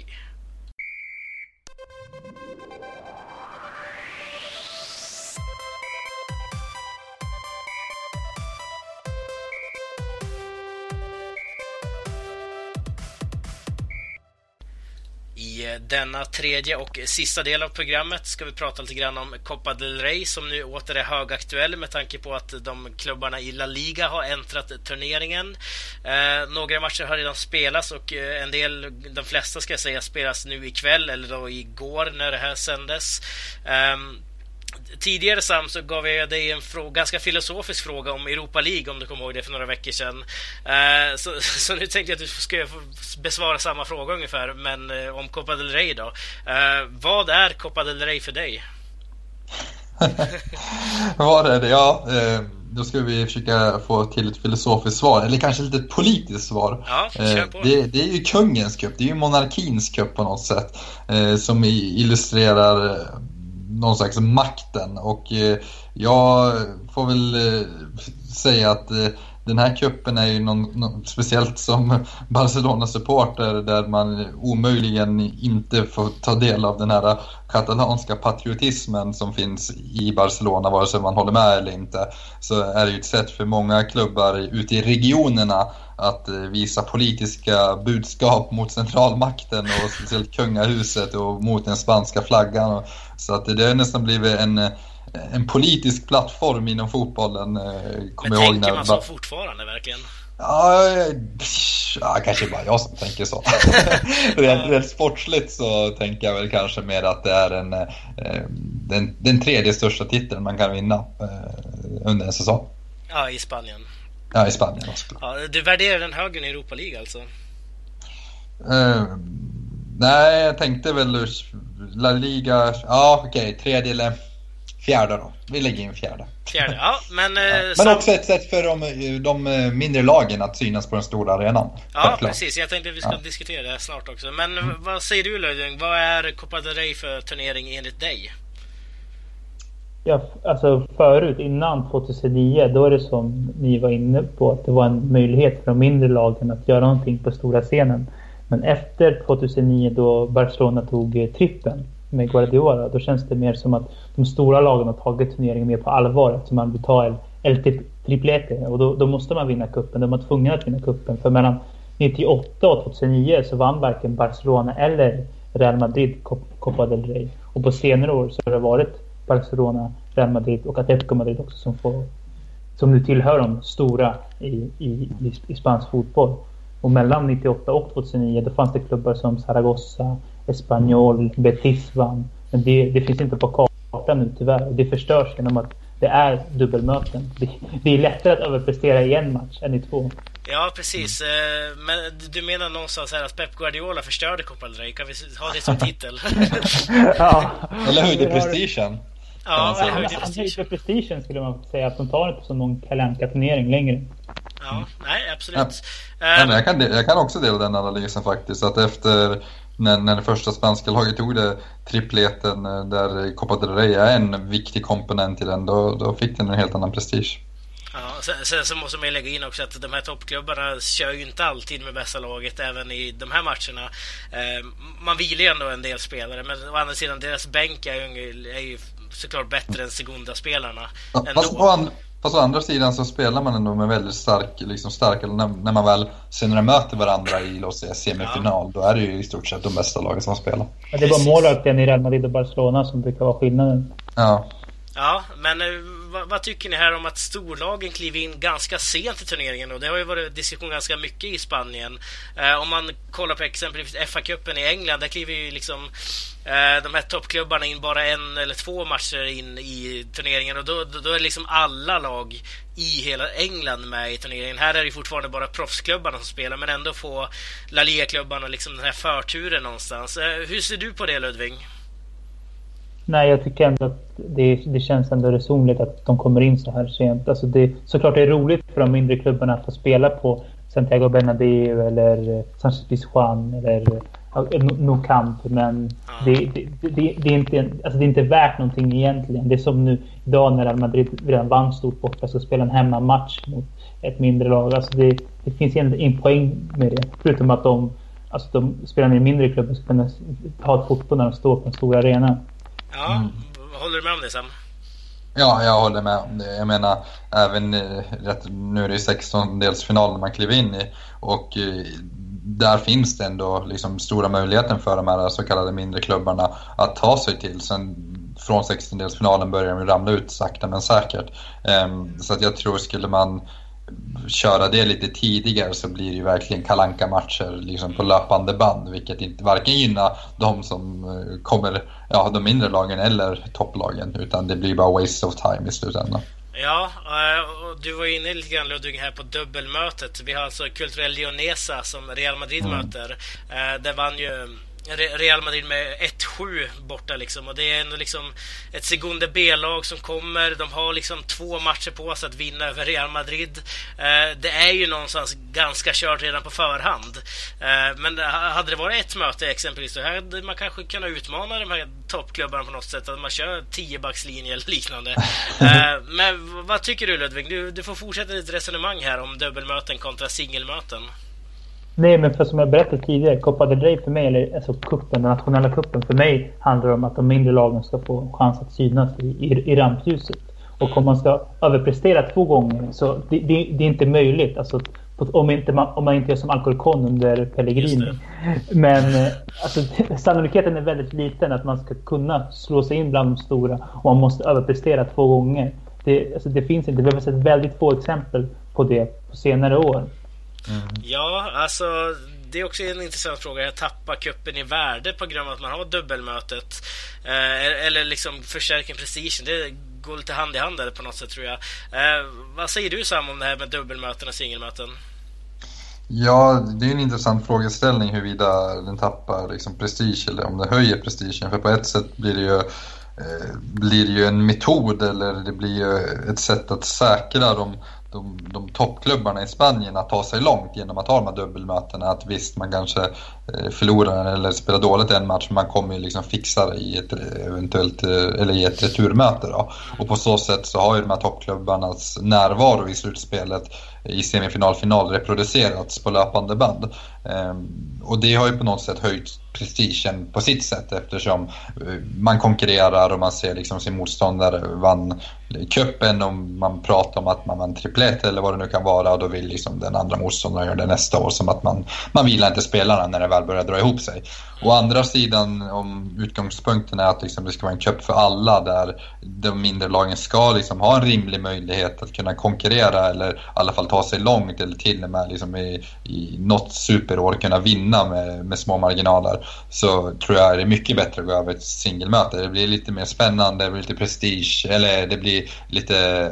I denna tredje och sista del av programmet ska vi prata lite grann om Copa del Rey, som nu åter är högaktuell med tanke på att de klubbarna i La Liga har äntrat turneringen. Eh, några matcher har redan spelats och en del, de flesta ska jag säga, spelas nu ikväll eller då igår när det här sändes. Eh, Tidigare, Sam, så gav jag dig en fråga, ganska filosofisk fråga om Europa League, om du kommer ihåg det, för några veckor sedan. Eh, så, så nu tänkte jag att du ska besvara samma fråga ungefär, men eh, om Copa del Rey då. Eh, vad är Copa del Rey för dig? Vad är det? Ja, eh, då ska vi försöka få till ett filosofiskt svar, eller kanske lite ett politiskt svar. Ja, kör på. Eh, det, det är ju kungens cup, det är ju monarkins cup på något sätt, eh, som illustrerar eh, någon slags makten, och eh, jag får väl eh, säga att eh, den här kuppen är ju någon, någon, speciellt som Barcelona-supporter, där man omöjligen inte får ta del av den här katalanska patriotismen som finns i Barcelona, vare sig man håller med eller inte, så är det ju ett sätt för många klubbar ute i regionerna att visa politiska budskap mot centralmakten och speciellt kungahuset och mot den spanska flaggan. Så att det har nästan blivit en, en politisk plattform inom fotbollen. Men tänker man så fortfarande verkligen? Ja, ja, kanske bara jag som tänker så. rent, rent sportsligt så tänker jag väl kanske mer att det är en, den, den tredje största titeln man kan vinna under en säsong. Ja, i Spanien. Ja, i Spanien också. Ja, du värderar den högre i Europa League alltså? Uh, nej, jag tänkte väl La Liga. Ja, okej, okay, tredje eller fjärde då. Vi lägger in fjärde. Fjärde, ja. Men, ja. Eh, men som... också ett sätt för de, de mindre lagen att synas på den stora arenan. Ja, självklart. Precis. Jag tänkte att vi ska ja. diskutera det här snart också. Men mm. vad säger du, Ludvig? Vad är Copa del Rey för turnering enligt dig? Ja, alltså förut, innan tjugohundranio, då är det som ni var inne på, att det var en möjlighet för de mindre lagen att göra någonting på stora scenen. Men efter tjugohundranio, då Barcelona tog trippen med Guardiola, då känns det mer som att de stora lagen har tagit turneringen mer på allvar, så man vill ta El Triplete, och då, då måste man vinna kuppen. De var tvungna att vinna kuppen, för mellan nittioåtta och tjugohundranio så vann varken Barcelona eller Real Madrid Copa del Rey, och på senare år så har det varit Barcelona, Real Madrid och Atletico Madrid också som får, som nu tillhör de stora i, i, i, i spansk fotboll. Och mellan nittioåtta och tjugohundranio då fanns det klubbar som Zaragoza, Espanyol, Betis vann. Men det, det finns inte på kartan nu tyvärr, och det förstörs genom att det är dubbelmöten. Det, det är lättare att överprestera i en match än i två. Ja, precis. Men du menar någonstans här att Pep Guardiola förstörde Copa del Rey? Kan vi ha det som titel? Ja. Eller höjde prestigen. Ja, han höjde prestigen skulle man säga, att de tar inte som någon kalanka-turnering längre. Ja, nej, absolut. Ja. Ja, men jag, kan, jag kan också dela den analysen faktiskt, att efter när, när det första spanska laget tog det tripleten där Copa del Rey är en viktig komponent i den, då, då fick den en helt annan prestige. Ja, sen, sen så måste man lägga in också att de här toppklubbarna kör ju inte alltid med bästa laget även i de här matcherna. Eh, man vilar ju ändå en del spelare, men å andra sidan deras bänk är ju, är ju såklart bättre än Segunda-spelarna. Ja, fast, å and, fast å andra sidan så spelar man ändå med väldigt stark, liksom stark när, när man väl sen när de möter varandra i låt säga, semifinal, ja. Då är det ju i stort sett de bästa lagen som spelar. Ja, det är bara målvakten i Real Madrid och Barcelona som brukar vara skillnaden. Ja. Ja, men vad, vad tycker ni här om att storlagen kliver in ganska sent i turneringen? Och det har ju varit diskussion ganska mycket i Spanien. Eh, om man kollar på exempelvis F A-cupen i England, där kliver ju liksom eh, de här toppklubbarna in bara en eller två matcher in i turneringen. Och då, då, då är liksom alla lag i hela England med i turneringen. Här är det fortfarande bara proffsklubbarna som spelar, men ändå få La Liga-klubbarna liksom den här förturen någonstans. Eh, hur ser du på det, Ludvig? Nej, jag tycker ändå att det, det känns ändå resonligt att de kommer in så här sent. Alltså det, såklart det är roligt för de mindre klubbarna att få spela på Santiago Bernabéu eller Sánchez Pizjuán eller Nou Camp, men det, det, det, det, är inte, alltså det är inte värt någonting egentligen. Det är som nu idag när Real Madrid redan vann stort borta, så spelar en hemmamatch mot ett mindre lag. Alltså det, det finns en poäng med det, förutom att de, alltså de spelar med mindre klubbar ska kunna ha ett fotboll när de står på en stor arena. Ja, mm. Håller du med om det, Sam? Ja, jag håller med om det. Jag menar, även nu är det ju sexton-delsfinal när man kliver in i, och där finns det ändå liksom stora möjligheter för de här så kallade mindre klubbarna att ta sig till. Sen från sexton-delsfinalen börjar de ramla ut sakta men säkert. Så att jag tror, skulle man köra det lite tidigare så blir det ju verkligen kalanka-matcher liksom på löpande band, vilket inte varken gynnar de som kommer, ja, de mindre lagen eller topplagen, utan det blir bara waste of time i slutändan. Ja, och du var inne lite grann, Ludvig, här på dubbelmötet. Vi har alltså Cultural Leonesa som Real Madrid mm. möter. Det vann ju Real Madrid med ett sju borta liksom, och det är ändå liksom ett Segunda B-lag som kommer. De har liksom två matcher på sig att vinna över Real Madrid. Eh, det är ju någonstans ganska kört redan på förhand. Eh, men hade det varit ett möte exempelvis, så hade man kanske kunnat utmana de här toppklubbarna på något sätt, att man kör tio-backslinje eller liknande. Eh, men vad tycker du, Ludvig? Du, du får fortsätta ditt resonemang här om dubbelmöten kontra singelmöten. Nej, men för som jag berättade tidigare, Copa del Rey för mig, eller alltså kuppen, den nationella kuppen för mig, handlar om att de mindre lagen ska få chans att synas i, i, i rampljuset. Och om man ska överprestera två gånger, så det, det, det är inte möjligt. Alltså, Om, inte man, om man inte gör som Alcorcon under Pellegrini. Men alltså, sannolikheten är väldigt liten att man ska kunna slå sig in bland de stora, och man måste överprestera två gånger. Det, alltså, det finns inte. Vi har sett väldigt få exempel på det på senare år. Mm. Ja, alltså det är också en intressant fråga. Jag tappar kuppen i värde på grund av att man har dubbelmötet, eh, eller liksom förstärker prestigen. Det går lite hand i hand där på något sätt, tror jag. Eh, vad säger du, Sam, om det här med dubbelmöten och singelmöten? Ja, det är en intressant frågeställning huruvida den tappar liksom prestige eller om det höjer prestigen. För på ett sätt blir det ju, eh, blir det ju en metod, eller det blir ju ett sätt att säkra de, de, de toppklubbarna i Spanien att ta sig långt genom att ha de här dubbelmötena. Att visst, man kanske eh, förlorar eller spelar dåligt en match, men man kommer ju liksom fixa det i ett eventuellt eller i ett returmöte då. Och på så sätt så har ju de här toppklubbarnas närvaro i slutspelet i semifinal, final reproducerats på löpande band. Ehm, och det har ju på något sätt höjt prestigen på sitt sätt, eftersom man konkurrerar och man ser liksom sin motståndare vann cupen och man pratar om att man vann triplett eller vad det nu kan vara, och då vill liksom den andra motståndaren göra det nästa år, som att man, man vill inte spelarna när det väl börjar dra ihop sig. Å andra sidan, om utgångspunkten är att liksom det ska vara en cup för alla där de mindre lagen ska liksom ha en rimlig möjlighet att kunna konkurrera eller i alla fall ta sig långt, eller till och med liksom i, i något superår kunna vinna med, med små marginaler, så tror jag det är mycket bättre att gå över ett singelmöte. Det blir lite mer spännande, det blir lite prestige, eller det blir lite,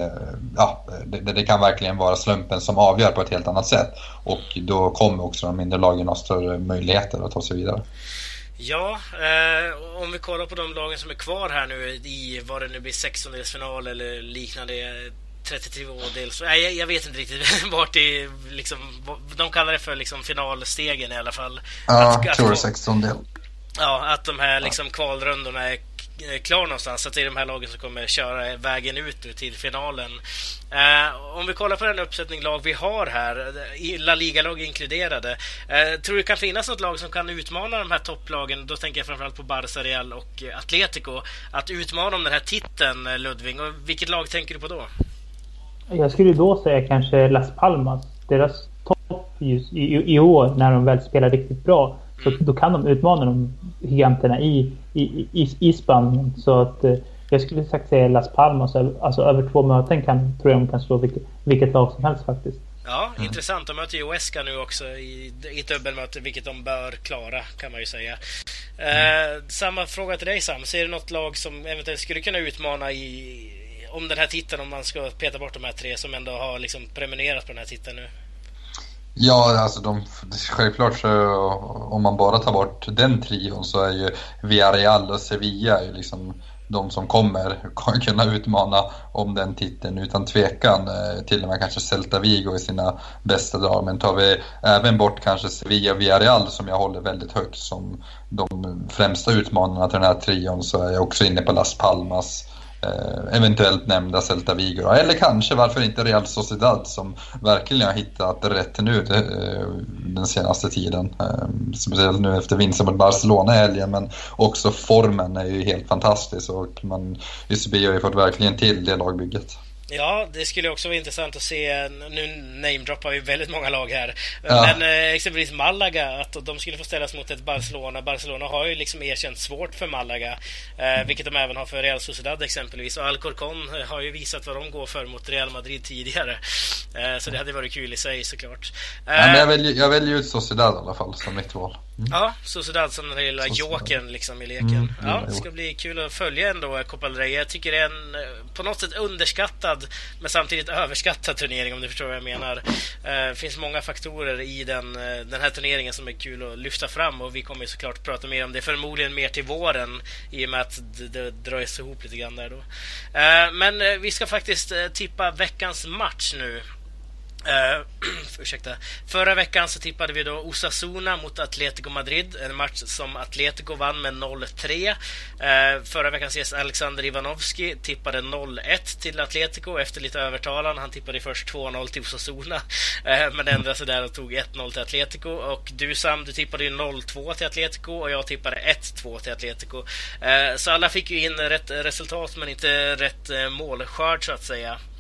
ja, det, det kan verkligen vara slumpen som avgör på ett helt annat sätt, och då kommer också de mindre lagen ha större möjligheter att ta sig vidare. Ja, eh, om vi kollar på de lagen som är kvar här nu i vad det nu blir, sextondelsfinal eller liknande, trettiotvå-dels. Nej, jag, jag vet inte riktigt vart det liksom, de kallar det för liksom finalstegen i alla fall. Ja, jag tror det är sextondel. Ja, att de här liksom kvalrundorna är klar någonstans, så att det är de här lagen som kommer köra vägen ut till finalen. Eh, om vi kollar på den uppsättning lag vi har här, La Liga-lag inkluderade, eh, tror du det kan finnas något lag som kan utmana de här topplagen? Då tänker jag framförallt på Barça, Real och Atletico, att utmana om den här titeln, Ludvig. Och vilket lag tänker du på då? Jag skulle då säga kanske Las Palmas. Deras topp just i, i, i år, när de väl spelar riktigt bra, så då kan de utmana de giganterna i, i, i, i Spanien. Så att eh, jag skulle sagt säga Las Palmas. Alltså över två möten kan, tror jag de kan slå vilket, vilket lag som helst faktiskt. Ja, mm. Intressant. De möter ju Huesca nu också i, i ett dubbelmöte, vilket de bör klara, kan man ju säga. Mm. Eh, samma fråga till dig, Sam. Ser du något lag som eventuellt skulle kunna utmana i, om den här titeln, om man ska peta bort de här tre som ändå har liksom prenumererat på den här titeln nu? Ja, alltså de, självklart så, om man bara tar bort den trion, så är ju Villarreal och Sevilla ju liksom de som kommer kunna utmana om den titeln utan tvekan. Till och med kanske Celta Vigo i sina bästa dagar. Men tar vi även bort kanske Sevilla och Villarreal, som jag håller väldigt högt som de främsta utmanarna till den här trion, så är jag också inne på Las Palmas. Eh, eventuellt nämnda Celta Vigo, eller kanske varför inte Real Sociedad, som verkligen har hittat rätt nu eh, den senaste tiden, eh, speciellt nu efter vinsten mot Barcelona i helgen, men också formen är ju helt fantastisk, och man, U C B har ju fått verkligen till det lagbygget. Ja, det skulle också vara intressant att se. Nu namedroppar vi väldigt många lag här, ja. Men eh, exempelvis Malaga, att de skulle få ställas mot ett Barcelona. Barcelona har ju liksom erkänt svårt för Malaga, eh, vilket de även har för Real Sociedad exempelvis. Och Alcorcon har ju visat vad de går för mot Real Madrid tidigare, eh, så det hade varit kul i sig såklart. eh, ja, men jag, väljer, jag väljer ut Sociedad i alla fall som mitt val. Mm. Ja, Sociedad som den lilla jokern liksom i leken. Mm, ja, det ska bli kul att följa ändå Copa del Rey. Jag tycker det är en på något sätt underskattad men samtidigt överskattad turnering, om du förstår vad jag menar. Det uh, finns många faktorer i den, uh, den här turneringen som är kul att lyfta fram, och vi kommer såklart prata mer om det förmodligen mer till våren, i och med att det, det drar ihop lite grann där då. Uh, men uh, vi ska faktiskt uh, tippa veckans match nu. Uh, ursäkta. Förra veckan så tippade vi då Osasuna mot Atletico Madrid, en match som Atletico vann med noll tre. uh, Förra veckans gäst Alexander Ivanovski tippade noll ett till Atletico efter lite övertalan. Han tippade först två noll till Osasuna, uh, men ändrade sig där och tog ett noll till Atletico. Och du, Sam, du tippade ju noll två till Atletico, och jag tippade ett två till Atletico. uh, Så alla fick ju in rätt resultat, men inte rätt uh, målskörd så att säga.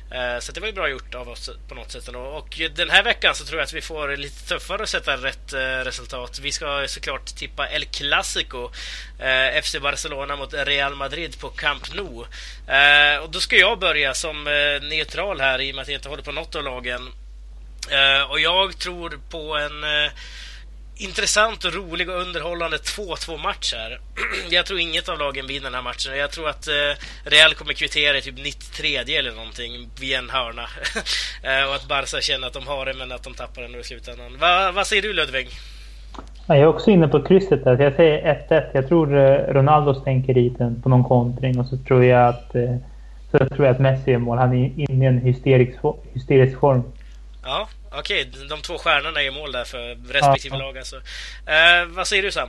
Så det var ju bra gjort av oss på något sätt. Och den här veckan så tror jag att vi får lite tuffare att sätta rätt resultat. Vi ska såklart tippa El Clasico, F C Barcelona mot Real Madrid på Camp Nou. Och då ska jag börja som neutral här i och med att jag inte håller på något av lagen. Och jag tror på en intressant och rolig och underhållande två två match här. Jag tror inget av lagen vinner den här matchen. Jag tror att eh, Real kommer kvittera i typ nittiotre eller någonting via en hörna. Och att Barca känner att de har det men att de tappar den i slutändan. Va, vad säger du, Ludvig? Jag är också inne på krysset där. Jag säger ett ett. Jag tror Ronaldo stänker dit den på någon kontring och så tror jag att så tror jag att Messi är mål. Han är inne i en hysterisk, hysterisk form. Ja. Okej, de två stjärnorna är i mål där för respektive ja. lag alltså. Eh, vad säger du, Sam?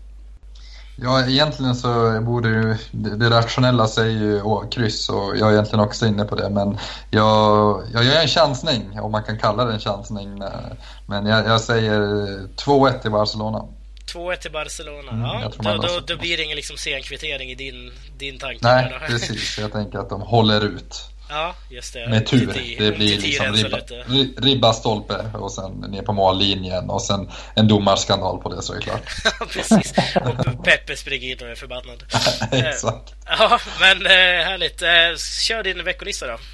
Ja, egentligen så borde ju det, det rationella säger ju å, kryss och jag är egentligen också inne på det, men jag, jag gör en chansning, om man kan kalla det en chansning, men jag, jag säger två ett till Barcelona. två ett till Barcelona, mm, ja. Då, då, då blir det ingen liksom senkvittering i din, din tanke. Nej, precis. Jag tänker att de håller ut. Ja, just det. Med tur. Tio, det blir liksom ribba, ribba stolpe och sen ner på mållinjen och sen en domarskandal på det, så är det klart. Precis. Och Peppe springer in och är förbannad. Exakt. Ja, men härligt. Kör din veckolista då.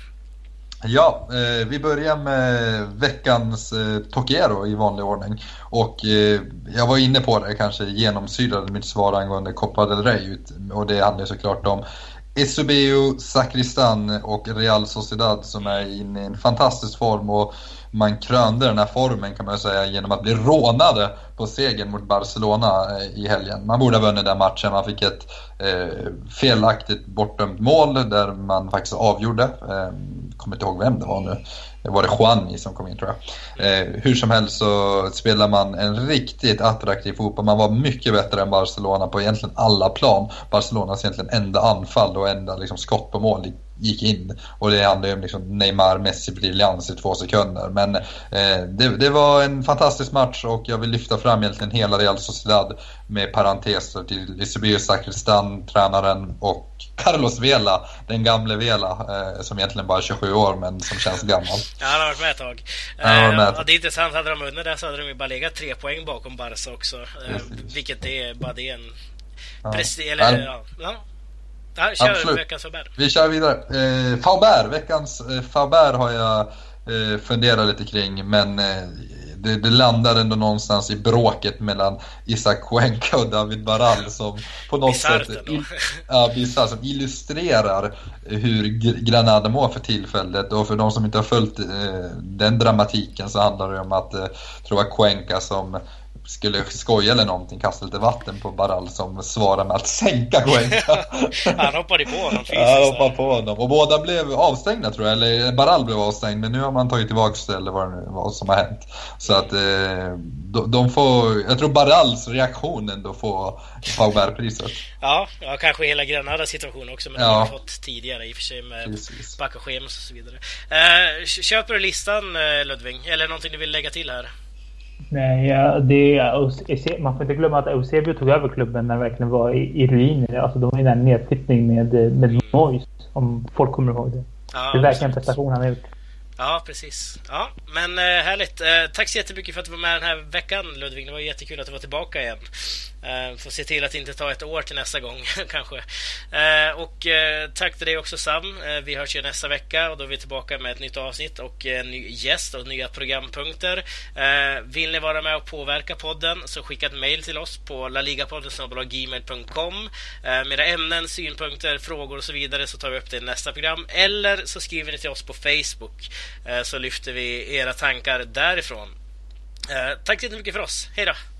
Ja, eh, vi börjar med veckans eh, Tokiero i vanlig ordning. Och eh, jag var inne på det, kanske genomsyrade mitt svar angående Copa del Rey ut, och det handlar såklart om Eusebio, Sakristan och Real Sociedad som är inne i en fantastisk form, och man krönde den här formen kan man säga genom att bli rånade på segern mot Barcelona i helgen. Man borde ha vunnit den matchen, man fick ett eh, felaktigt bortdömt mål där man faktiskt avgjorde. Eh, kommer inte ihåg vem det var nu. Det var det Juani som kom in, tror jag. Eh, hur som helst så spelar man en riktigt attraktiv fotboll. Man var mycket bättre än Barcelona på egentligen alla plan. Barcelonas egentligen enda anfall och enda liksom, skott på mål gick in. Och det handlar ju om liksom, Neymar, Messi, briljans i två sekunder. Men eh, det, det var en fantastisk match, och jag vill lyfta fram egentligen hela Real Sociedad med parenteser till Eusebio, Sakristan, tränaren, och Carlos Vela, den gamle Vela, eh, som egentligen bara är tjugosju år men som känns gammal. Ja, han har varit med ett tag. Ja, med. Eh, det är intressant, hade de vunnit där så hade de ju bara legat tre poäng bakom Barca också. Eh, vilket är bara det en ja. Presti- eller, ja. Ja. Ja, kör Absolut. Veckans Faubert. Vi kör vidare. Eh, Faubert, veckans eh, Faubert har jag eh, funderat lite kring, men eh, det, det landar ändå någonstans i bråket mellan Isaac Cuenca och David Barral som på något Bizarrt sätt il- ja, bizarrt, som illustrerar hur Granada mår för tillfället. Och för de som inte har följt eh, den dramatiken så handlar det om att eh, tror jag Cuenca som skulle skoja eller någonting, kasta lite vatten på Barral som svarar med att sänka Cuenca. Han hoppade på honom fysiskt. Ja, han hoppade på honom. Och båda blev avstängda, tror jag. Eller Barral blev avstängd, men nu har man tagit tillbaka eller vad det nu var som har hänt. Så att eh, de, de får, jag tror Barrals reaktion ändå får Faubert-priset. Ja, ja, kanske hela Granadas situation också, men ja. De har fått tidigare i och för sig med backaschemas och så vidare. Eh, köper du listan, Ludvig? Eller någonting du vill lägga till här? Nej, ja, det, man får inte glömma att Eusebio tog över klubben när det verkligen var i, i ruiner. Alltså de var i en nedflyttning med, med Moyes, om folk kommer ihåg det. Ja, det är verkligen en prestation han har gjort. Ja, precis. Ja, men eh, härligt. Eh, tack så jättemycket för att du var med den här veckan, Ludvig. Det var jättekul att du var tillbaka igen. Eh, får se till att inte ta ett år till nästa gång, kanske. Eh, och eh, tack till dig också, Sam. Eh, vi hörs ju nästa vecka och då är vi tillbaka med ett nytt avsnitt och en ny gäst och nya programpunkter. Eh, vill ni vara med och påverka podden så skicka ett mejl till oss på laligapodden snabel-a gmail punkt com. Eh, med ämnen, synpunkter, frågor och så vidare så tar vi upp det i nästa program. Eller så skriver ni till oss på Facebook. Så lyfter vi era tankar därifrån. Tack så mycket för oss. Hej då!